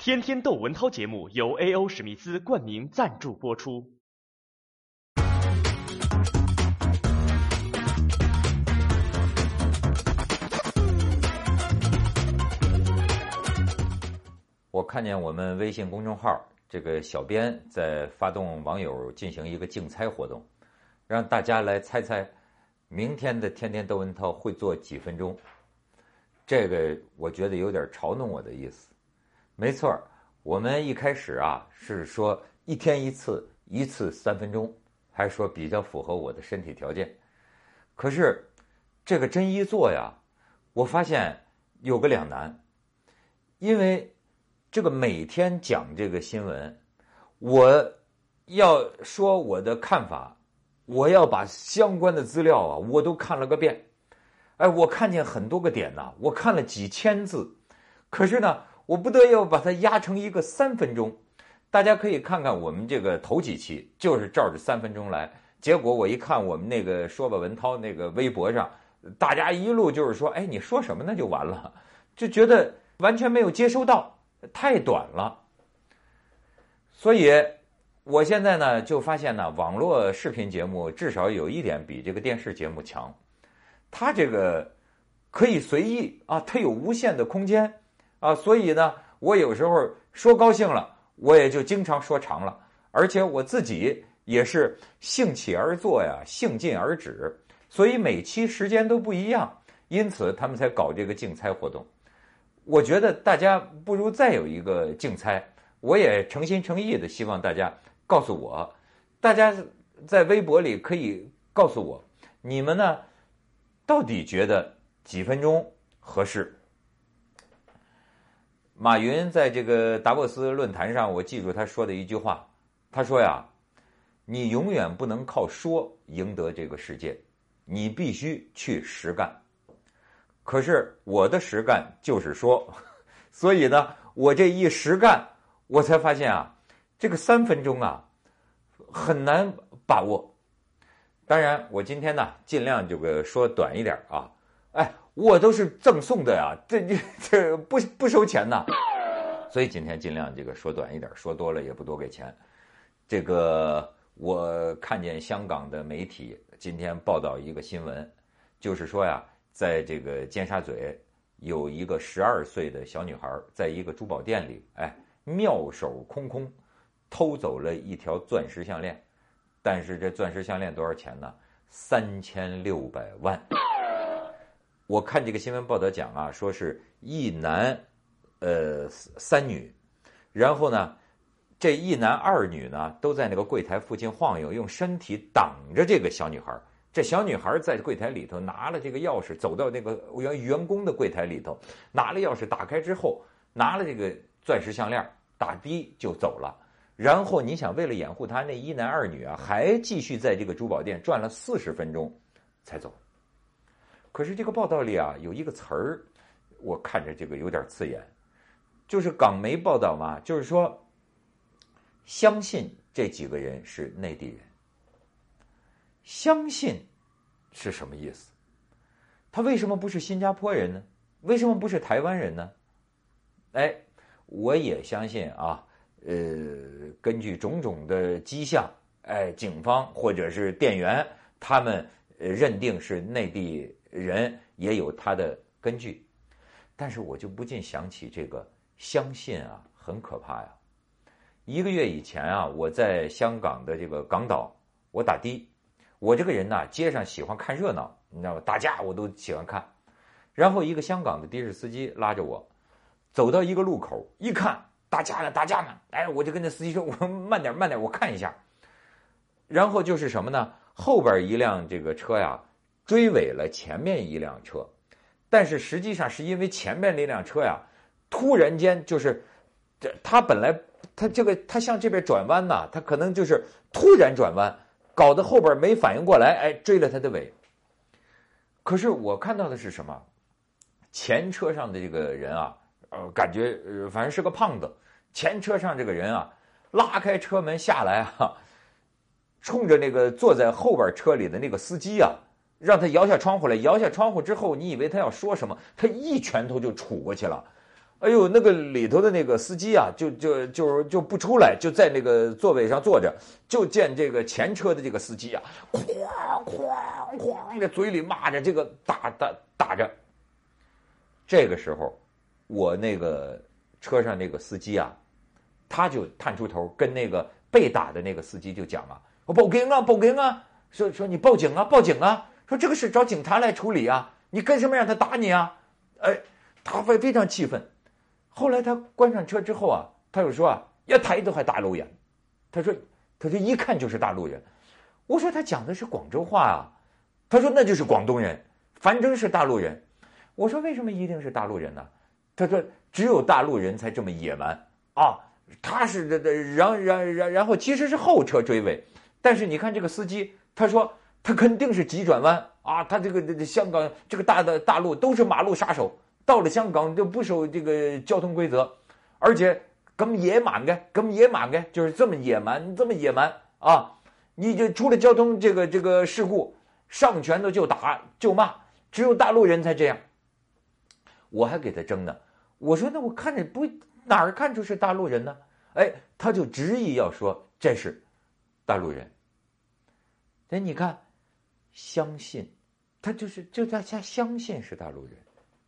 天天窦文涛节目由 A.O. 史密斯冠名赞助播出。 我看见我们微信公众号这个小编在发动网友进行一个竞猜活动，让大家来猜猜明天的天天窦文涛会做几分钟。这个我觉得有点嘲弄我的意思。没错，我们一开始是说一天一次，一次3分钟，还说比较符合我的身体条件。可是这个真一做呀，我发现有个两难，因为这个每天讲这个新闻，我要说我的看法，我要把相关的资料我都看了个遍。我看见很多个点我看了几千字，可是呢，我不得要把它压成一个3分钟。大家可以看看我们这个头几期，就是照着3分钟来。结果我一看我们那个说吧文涛那个微博上，大家一路就是说，你说什么那就完了，就觉得完全没有接收到。太短了，所以我现在呢就发现呢，网络视频节目至少有一点比这个电视节目强，它这个可以随意它有无限的空间所以呢，我有时候说高兴了，我也就经常说长了，而且我自己也是兴起而作兴尽而止，所以每期时间都不一样，因此他们才搞这个竞猜活动。我觉得大家不如再有一个竞猜，我也诚心诚意的希望大家告诉我，大家在微博里可以告诉我，你们呢到底觉得几分钟合适？马云在这个达沃斯论坛上，我记住他说的一句话，他说你永远不能靠说赢得这个世界，你必须去实干。可是我的实干就是说，所以呢，我这一实干，我才发现这个3分钟很难把握。当然，我今天呢尽量这个说短一点我都是赠送的这不收钱呐，所以今天尽量这个说短一点，说多了也不多给钱。这个我看见香港的媒体今天报道一个新闻，就是说在这个尖沙咀有一个12岁的小女孩，在一个珠宝店里，妙手空空偷走了一条钻石项链，但是这钻石项链多少钱呢？3600万。我看这个新闻报道讲说是一男3女，然后呢，这一男2女呢都在那个柜台附近晃悠，用身体挡着这个小女孩。这小女孩在柜台里头拿了这个钥匙，走到那个员工的柜台里头，拿了钥匙打开之后，拿了这个钻石项链，打的就走了。然后你想，为了掩护他，那一男2女还继续在这个珠宝店转了40分钟才走。可是这个报道里有一个词儿，我看着这个有点刺眼，就是港媒报道嘛，就是说相信这几个人是内地人。相信是什么意思？他为什么不是新加坡人呢？为什么不是台湾人呢？我也相信根据种种的迹象，警方或者是店员他们认定是内地人也有他的根据，但是我就不禁想起这个相信很可怕呀。1个月以前我在香港的这个港岛，我打的。我这个人街上喜欢看热闹，你知道吗？打架我都喜欢看。然后一个香港的的士司机拉着我，走到一个路口，一看打架呢，我就跟那司机说，我说慢点，我看一下。然后就是什么呢？后边一辆这个车追尾了前面一辆车，但是实际上是因为前面那辆车突然间就是他本来他向这边转弯他可能就是突然转弯，搞得后边没反应过来，追了他的尾。可是我看到的是什么？前车上的这个人感觉反正是个胖子。前车上这个人拉开车门下来冲着那个坐在后边车里的那个司机让他摇下窗户来。摇下窗户之后，你以为他要说什么，他一拳头就杵过去了。 哎呦，那个里头的那个司机啊，就不出来，就在那个座位上坐着，就见这个前车的这个司机啊，哐哐哐，这嘴里骂着这个打着。这个时候，我那个车上那个司机啊，他就探出头跟那个被打的那个司机就讲啊，我报警啊，报警啊，说你报警啊，报警啊，说这个事找警察来处理啊，你干什么让他打你啊？哎，他非常气愤。后来他关上车之后啊，他又说啊，要抬都还大陆人，他说一看就是大陆人。我说他讲的是广州话啊，他说那就是广东人，反正是大陆人。我说为什么一定是大陆人呢？他说只有大陆人才这么野蛮啊。他是然后其实是后车追尾，但是你看这个司机，他说他肯定是急转弯啊，他这个香港这个大陆都是马路杀手。到了香港就不守这个交通规则，而且咁野蛮嘅，就是这么野蛮啊！你就出了交通这个事故，上拳头就打就骂，只有大陆人才这样。我还给他争呢，我说那我看着不哪儿看出是大陆人呢？哎，他就执意要说这是大陆人。哎，你看，相信他就在家相信是大陆人。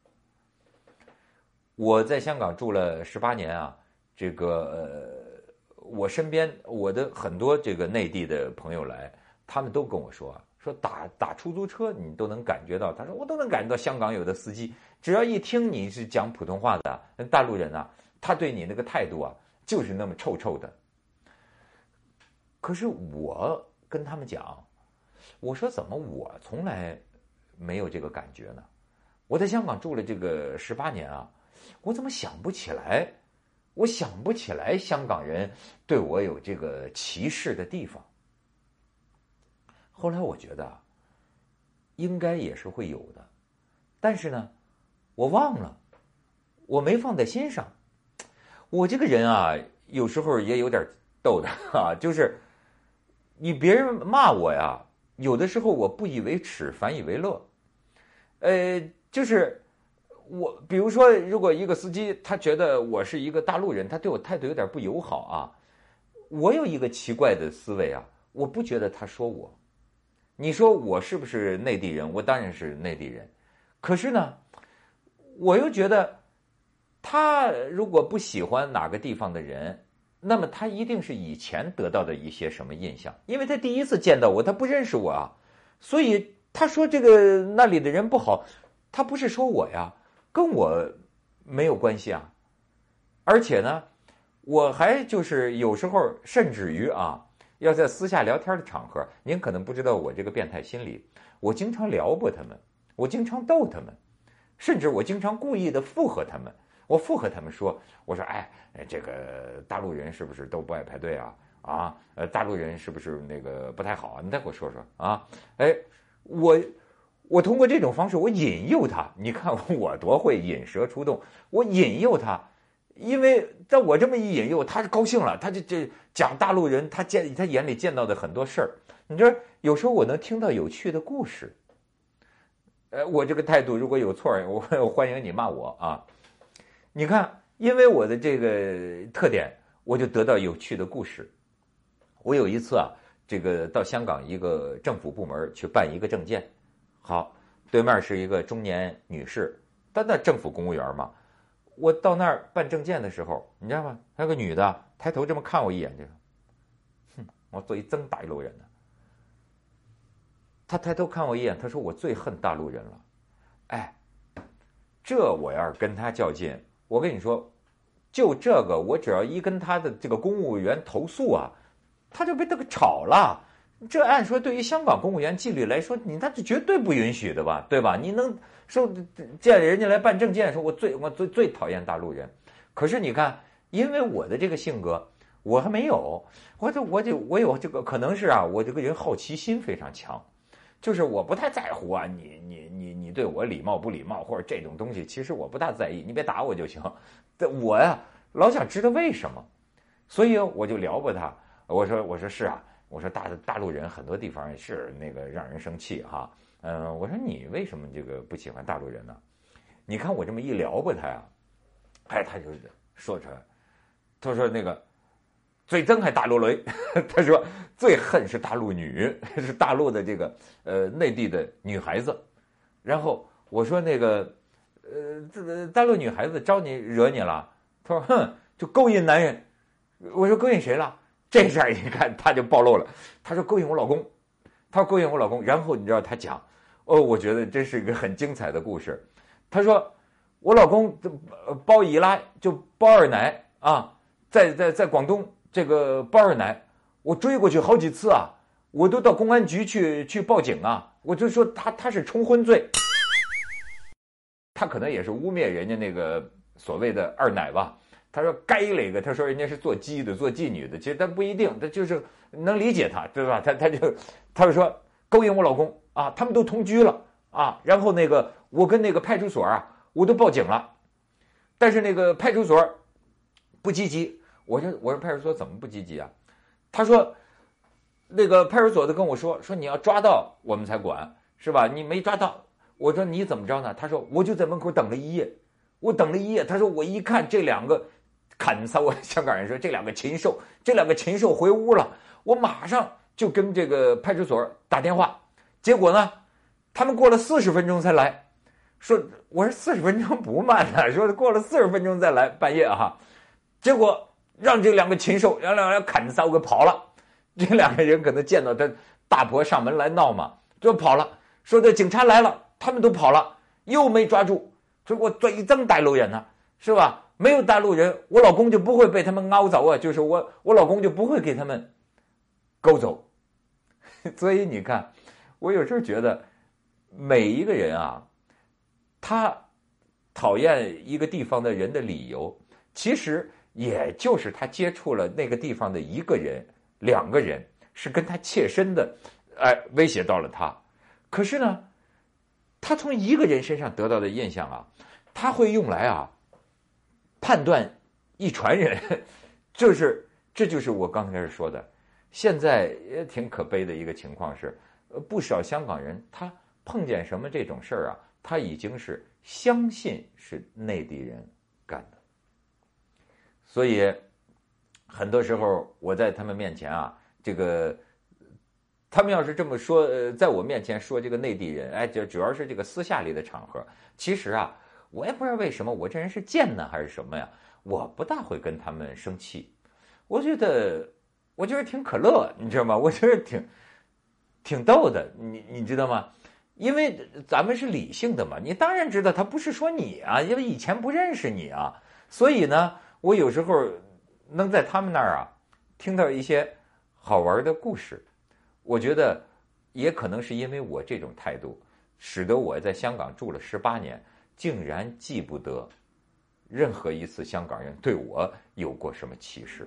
我在香港住了18年啊，这个我身边我的很多这个内地的朋友来，他们都跟我说啊，说打出租车你都能感觉到，他说我都能感觉到香港有的司机，只要一听你是讲普通话的大陆人啊，他对你那个态度啊就是那么臭臭的。可是我跟他们讲，我说怎么我从来没有这个感觉呢？我在香港住了这个18年啊。我怎么想不起来？我想不起来香港人对我有这个歧视的地方。后来我觉得应该也是会有的，但是呢，我忘了，我没放在心上。我这个人啊，有时候也有点逗的啊，就是别人骂我呀，有的时候我不以为耻，反以为乐。就是我比如说，如果一个司机他觉得我是一个大陆人，他对我态度有点不友好啊，我有一个奇怪的思维啊，我不觉得他说我。你说我是不是内地人？我当然是内地人，可是呢，我又觉得他如果不喜欢哪个地方的人，那么他一定是以前得到的一些什么印象，因为他第一次见到我，他不认识我啊，所以他说这个那里的人不好，他不是说我呀。跟我没有关系啊，而且呢，我还就是有时候甚至于啊，要在私下聊天的场合，您可能不知道我这个变态心理，我经常撩拨他们，我经常逗他们，甚至我经常故意的附和他们。我附和他们说，我说哎，这个大陆人是不是都不爱排队啊？啊，大陆人是不是那个不太好啊？你再给我说说啊？哎，我通过这种方式，我引诱他。你看我多会引蛇出洞，我引诱他，因为在我这么一引诱，他高兴了，他就讲大陆人他眼里见到的很多事儿。你说有时候我能听到有趣的故事。我这个态度如果有错，我欢迎你骂我啊。你看，因为我的这个特点，我就得到有趣的故事。我有一次啊，这个到香港一个政府部门去办一个证件。好，对面是一个中年女士，但那政府公务员嘛。我到那儿办证件的时候，你知道吗？还有个女的抬头这么看我一眼，就，哼，我做一真大陆人呢。她抬头看我一眼，她说我最恨大陆人了。哎，这我要是跟她较劲，我跟你说，就这个，我只要一跟她的这个公务员投诉啊，她就被这个炒了。这按说对于香港公务员纪律来说，那是绝对不允许的吧，对吧？你能说见人家来办证件，说我最讨厌大陆人，可是你看，因为我的这个性格，我还没有，我有这个可能是啊，我这个人好奇心非常强，就是我不太在乎啊，你对我礼貌不礼貌或者这种东西，其实我不大在意，你别打我就行。我呀老想知道为什么，所以我就撩拨他，我说是啊。我说大陆人很多地方是那个让人生气哈，我说你为什么这个不喜欢大陆人呢？你看我这么一撩拨他呀， 哎，他就说出来，他说那个最憎还大陆雷，他说最恨是大陆女，是大陆的这个内地的女孩子。然后我说那个这大陆女孩子招你惹你了？他说哼，就勾引男人。我说勾引谁了？这事儿一看他就暴露了，他说勾引我老公，他说勾引我老公。然后你知道他讲，我觉得这是一个很精彩的故事。他说我老公包姨拉就包二奶啊，在广东这个包二奶，我追过去好几次啊，我都到公安局去报警啊，我就说他是冲婚罪，他可能也是污蔑人家那个所谓的二奶吧。他说该了个，他说人家是做鸡的，做妓女的，其实他不一定，他就是能理解他，对吧？他就说勾引我老公啊，他们都同居了啊，然后那个我跟那个派出所啊，我都报警了，但是那个派出所不积极。我说派出所怎么不积极啊？他说那个派出所的跟我说你要抓到我们才管，是吧？你没抓到。我说你怎么着呢？他说我就在门口等了一夜，我等了一夜。他说我一看这两个砍仨，我香港人说这两个禽兽回屋了，我马上就跟这个派出所打电话，结果呢他们过了40分钟才来。说我说40分钟不慢啊，说过了40分钟再来，半夜啊，结果让这两个禽兽让两个砍仨给跑了。这两个人可能见到他大婆上门来闹嘛，就跑了。说这警察来了，他们都跑了，又没抓住。说我最憎大陆人呢，是吧？没有大陆人，我老公就不会被他们勾走啊，就是我老公就不会给他们勾走。所以你看，我有时候觉得每一个人啊，他讨厌一个地方的人的理由，其实也就是他接触了那个地方的一个人、两个人，是跟他切身的，威胁到了他。可是呢，他从一个人身上得到的印象啊，他会用来啊判断一船人，这就是我刚开始说的。现在也挺可悲的一个情况是，不少香港人他碰见什么这种事儿啊，他已经是相信是内地人干的。所以很多时候我在他们面前啊，这个他们要是这么说，在我面前说这个内地人，就主要是这个私下里的场合。其实啊，我也不知道为什么，我这人是贱呢还是什么呀？我不大会跟他们生气，我觉得挺可乐，你知道吗？我觉得挺逗的，你知道吗？因为咱们是理性的嘛，你当然知道他不是说你啊，因为以前不认识你啊，所以呢，我有时候能在他们那儿啊听到一些好玩的故事。我觉得也可能是因为我这种态度，使得我在香港住了18年，竟然记不得任何一次香港人对我有过什么歧视。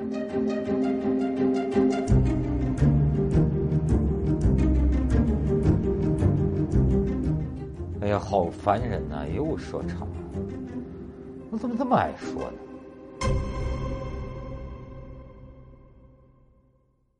哎呀，好烦人呐！又说长了，我怎么这么爱说呢？